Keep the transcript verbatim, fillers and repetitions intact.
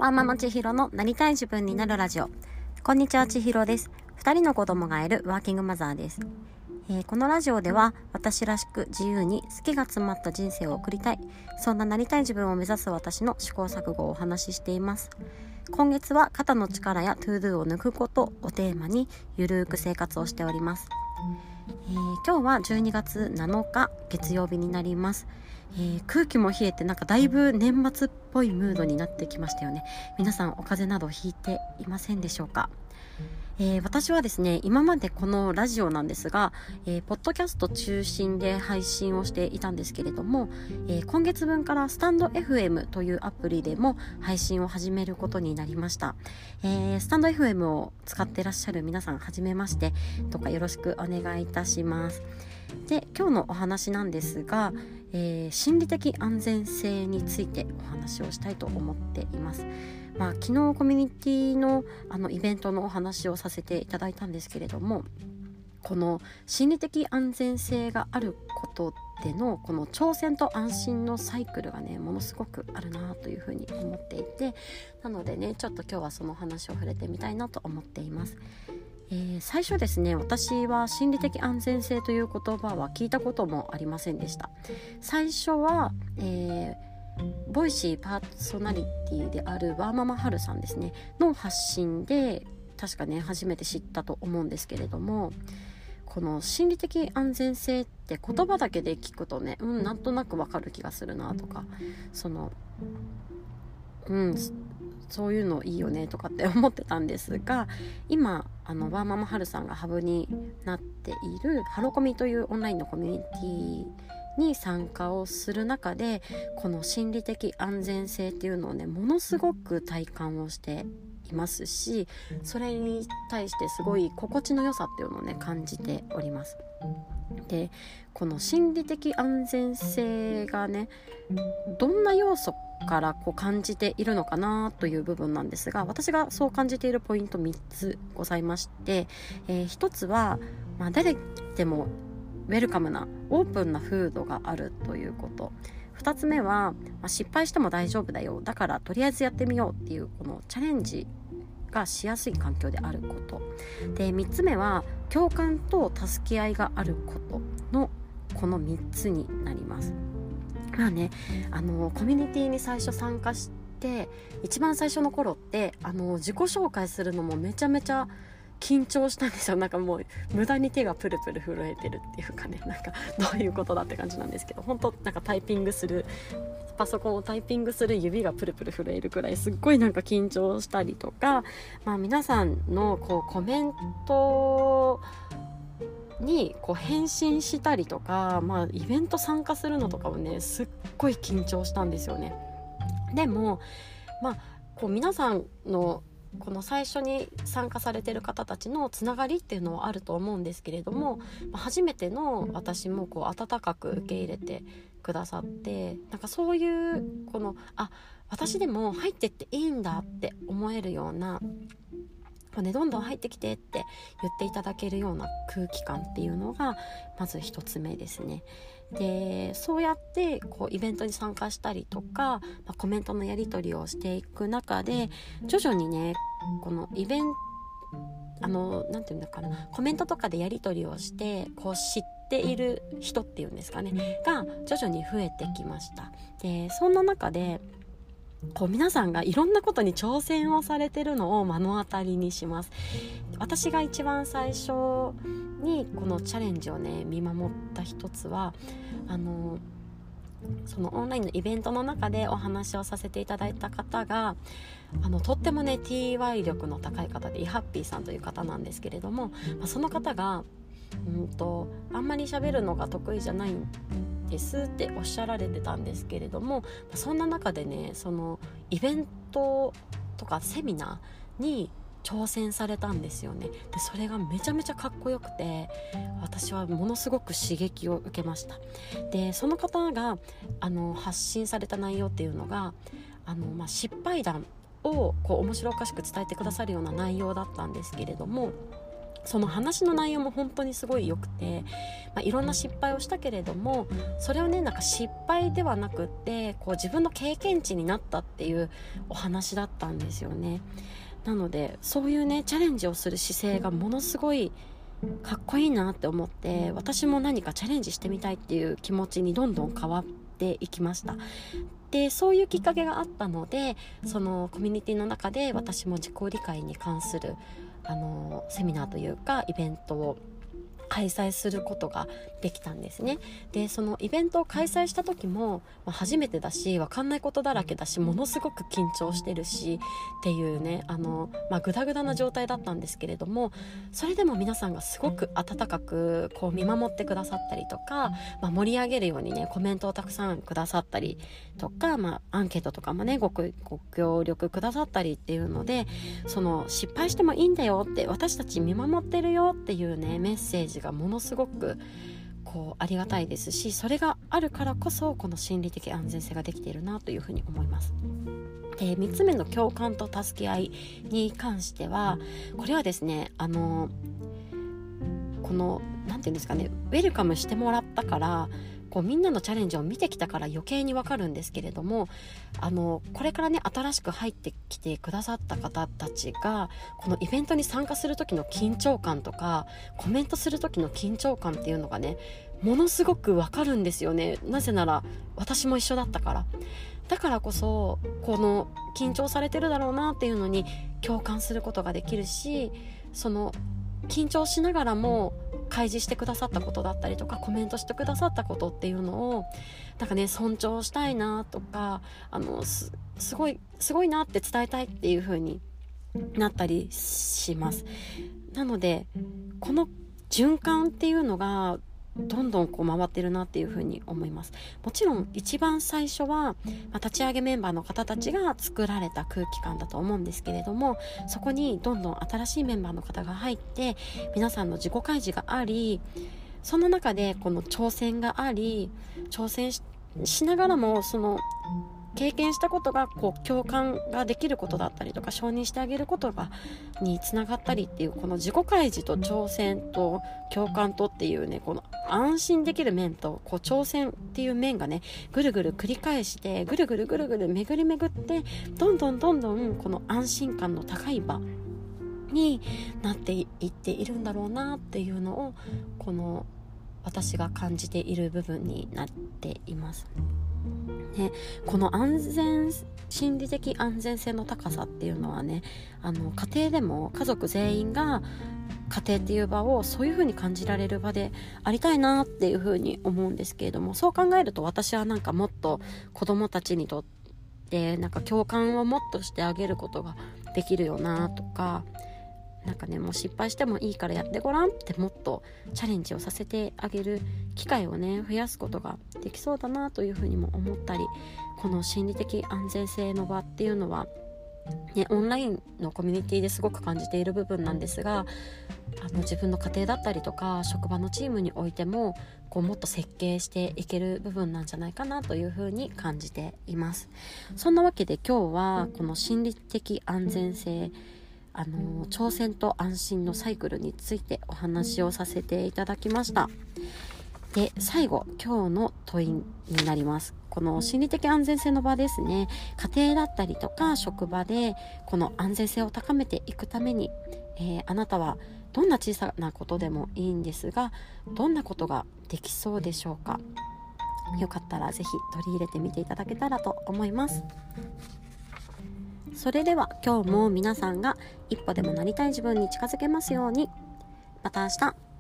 ワーママ千尋のなりたい自分になるラジオ。こんにちは、千尋です。ふたりの子供がいるワーキングマザーです。えー、このラジオでは私らしく自由に好きが詰まった人生を送りたい、そんななりたい自分を目指す私の試行錯誤をお話ししています。今月は肩の力やトゥードゥを抜くことをテーマにゆるーく生活をしております。えー、今日はじゅうにがつなのか月曜日になります。えー、空気も冷えてなんかだいぶ年末っぽいムードになってきましたよね。皆さんお風邪などひいていませんでしょうか？えー、私はですね、今までこのラジオなんですが、えー、ポッドキャスト中心で配信をしていたんですけれども、えー、今月分からスタンド エフエム というアプリでも配信を始めることになりました。えー、スタンド エフエム を使ってらっしゃる皆さん、はじめましてどうかよろしくお願いいたします。で、今日のお話なんですが、えー、心理的安全性についてお話をしたいと思っています。まあ、昨日コミュニティのあのイベントのお話をさせていただいたんですけれども、この心理的安全性があることでのこの挑戦と安心のサイクルがね、ものすごくあるなというふうに思っていて、なのでね、ちょっと今日はその話を触れてみたいなと思っています。えー、最初ですね、私は心理的安全性という言葉は聞いたこともありませんでした。最初は、えーボイシーパーソナリティであるワーママハルさんですねの発信で確かね初めて知ったと思うんですけれども、この心理的安全性って言葉だけで聞くとね、うんなんとなくわかる気がするなとか、そのうんそういうのいいよねとかって思ってたんですが、今あのワーママハルさんがハブになっているハロコミというオンラインのコミュニティに参加をする中で、この心理的安全性っていうのをねものすごく体感をしていますし、それに対してすごい心地の良さっていうのをね感じております。で、この心理的安全性がねどんな要素からこう感じているのかなという部分なんですが、私がそう感じているポイントみっつございまして、えー、ひとつは、まあ、誰でもウェルカムなオープンな風土があるということ。ふたつめは、まあ、失敗しても大丈夫だよ、だからとりあえずやってみようっていうこのチャレンジがしやすい環境であることで、みっつめは共感と助け合いがあることのこのみっつになります。まあね、あのコミュニティに最初参加して一番最初の頃ってあの自己紹介するのもめちゃめちゃ緊張したんですよ。なんかもう無駄に手がプルプル震えてるっていうかね、なんかどういうことだって感じなんですけど、本当なんかタイピングするパソコンをタイピングする指がプルプル震えるくらいすっごいなんか緊張したりとか、まあ、皆さんのこうコメントにこう返信したりとか、まあ、イベント参加するのとかもねすっごい緊張したんですよね。でもまあこう皆さんのこの最初に参加されている方たちのつながりっていうのはあると思うんですけれども、初めての私もこう温かく受け入れてくださって、なんかそういうこのあ私でも入ってっていいんだって思えるような、ね、どんどん入ってきてって言っていただけるような空気感っていうのがまず一つ目ですね。で、そうやってこうイベントに参加したりとか、まあ、コメントのやり取りをしていく中で徐々にねこのイベントあのなんていうんだかなコメントとかでやり取りをしてこう知っている人っていうんですかねが徐々に増えてきました。で、そんな中でこう皆さんがいろんなことに挑戦をされてるのを目の当たりにします。私が一番最初にこのチャレンジをね見守った一つはあのそのオンラインのイベントの中でお話をさせていただいた方があのとってもね ティーワイ 力の高い方でイハッピーさんという方なんですけれども、まあ、その方がうんとあんまり喋るのが得意じゃないんですっておっしゃられてたんですけれども、そんな中でねそのイベントとかセミナーに挑戦されたんですよね。で、それがめちゃめちゃかっこよくて私はものすごく刺激を受けました。で、その方があの発信された内容っていうのがあの、まあ、失敗談をこう面白おかしく伝えてくださるような内容だったんですけれども、 その話の内容も本当にすごい良くて、まあ、いろんな失敗をしたけれども、それをねなんか失敗ではなくってこう自分の経験値になったっていうお話だったんですよね。なのでそういうねチャレンジをする姿勢がものすごいかっこいいなって思って、私も何かチャレンジしてみたいっていう気持ちにどんどん変わっていきました。でそういうきっかけがあったので、そのコミュニティの中で私も自己理解に関するあのセミナーというかイベントを開催することができたんですね。でそのイベントを開催した時も、まあ、初めてだし分かんないことだらけだし、ものすごく緊張してるしっていうねあの、まあ、グダグダな状態だったんですけれども、それでも皆さんがすごく温かくこう見守ってくださったりとか、まあ、盛り上げるようにねコメントをたくさんくださったりとか、まあ、アンケートとかもねごくご協力くださったりっていうので、その失敗してもいいんだよって、私たち見守ってるよっていうねメッセージがものすごくこうありがたいですし、それがあるからこそこの心理的安全性ができているなというふうに思います。でみっつめの共感と助け合いに関しては、これはですねあのこのなんていうんですかね、ウェルカムしてもらったからこうみんなのチャレンジを見てきたから余計にわかるんですけれども、あのこれからね新しく入ってきてくださった方たちがこのイベントに参加する時の緊張感とかコメントする時の緊張感っていうのがねものすごくわかるんですよね。なぜなら私も一緒だったから。だからこそこの緊張されてるだろうなっていうのに共感することができるし、その緊張しながらも開示してくださったことだったりとかコメントしてくださったことっていうのをなんかね尊重したいなとか、あの す, すごいすごいなって伝えたいっていう風になったりします。なのでこの循環っていうのがどんどんこう回ってるなっていうふうに思います。もちろん一番最初は、まあ、立ち上げメンバーの方たちが作られた空気感だと思うんですけれども、そこにどんどん新しいメンバーの方が入って皆さんの自己開示があり、その中でこの挑戦があり、挑戦 し, しながらもその経験したことがこう共感ができることだったりとか承認してあげることがにつながったりっていう、この自己開示と挑戦と共感とっていうね、この安心できる面とこう挑戦っていう面がねぐるぐる繰り返してぐるぐるぐるぐる巡り巡ってどんどんどんどんこの安心感の高い場になっていっているんだろうなっていうのをこの私が感じている部分になっています。ね、この安全心理的安全性の高さっていうのはね、あの家庭でも家族全員が家庭っていう場をそういう風に感じられる場でありたいなっていう風に思うんですけれども、そう考えると私はなんかもっと子どもたちにとってなんか共感をもっとしてあげることができるよなとか、なんかねもう失敗してもいいからやってごらんってもっとチャレンジをさせてあげる機会をね増やすことができそうだなというふうにも思ったり、この心理的安全性の場っていうのはね、オンラインのコミュニティですごく感じている部分なんですが、あの自分の家庭だったりとか職場のチームにおいてもこうもっと設計していける部分なんじゃないかなというふうに感じています。そんなわけで今日はこの心理的安全性、あの挑戦と安心のサイクルについてお話をさせていただきました。で最後今日の問いになります。この心理的安全性の場ですね、家庭だったりとか職場でこの安全性を高めていくために、えー、あなたはどんな小さなことでもいいんですがどんなことができそうでしょうか。よかったらぜひ取り入れてみていただけたらと思います。それでは今日も皆さんが一歩でもなりたい自分に近づけますように。また明日。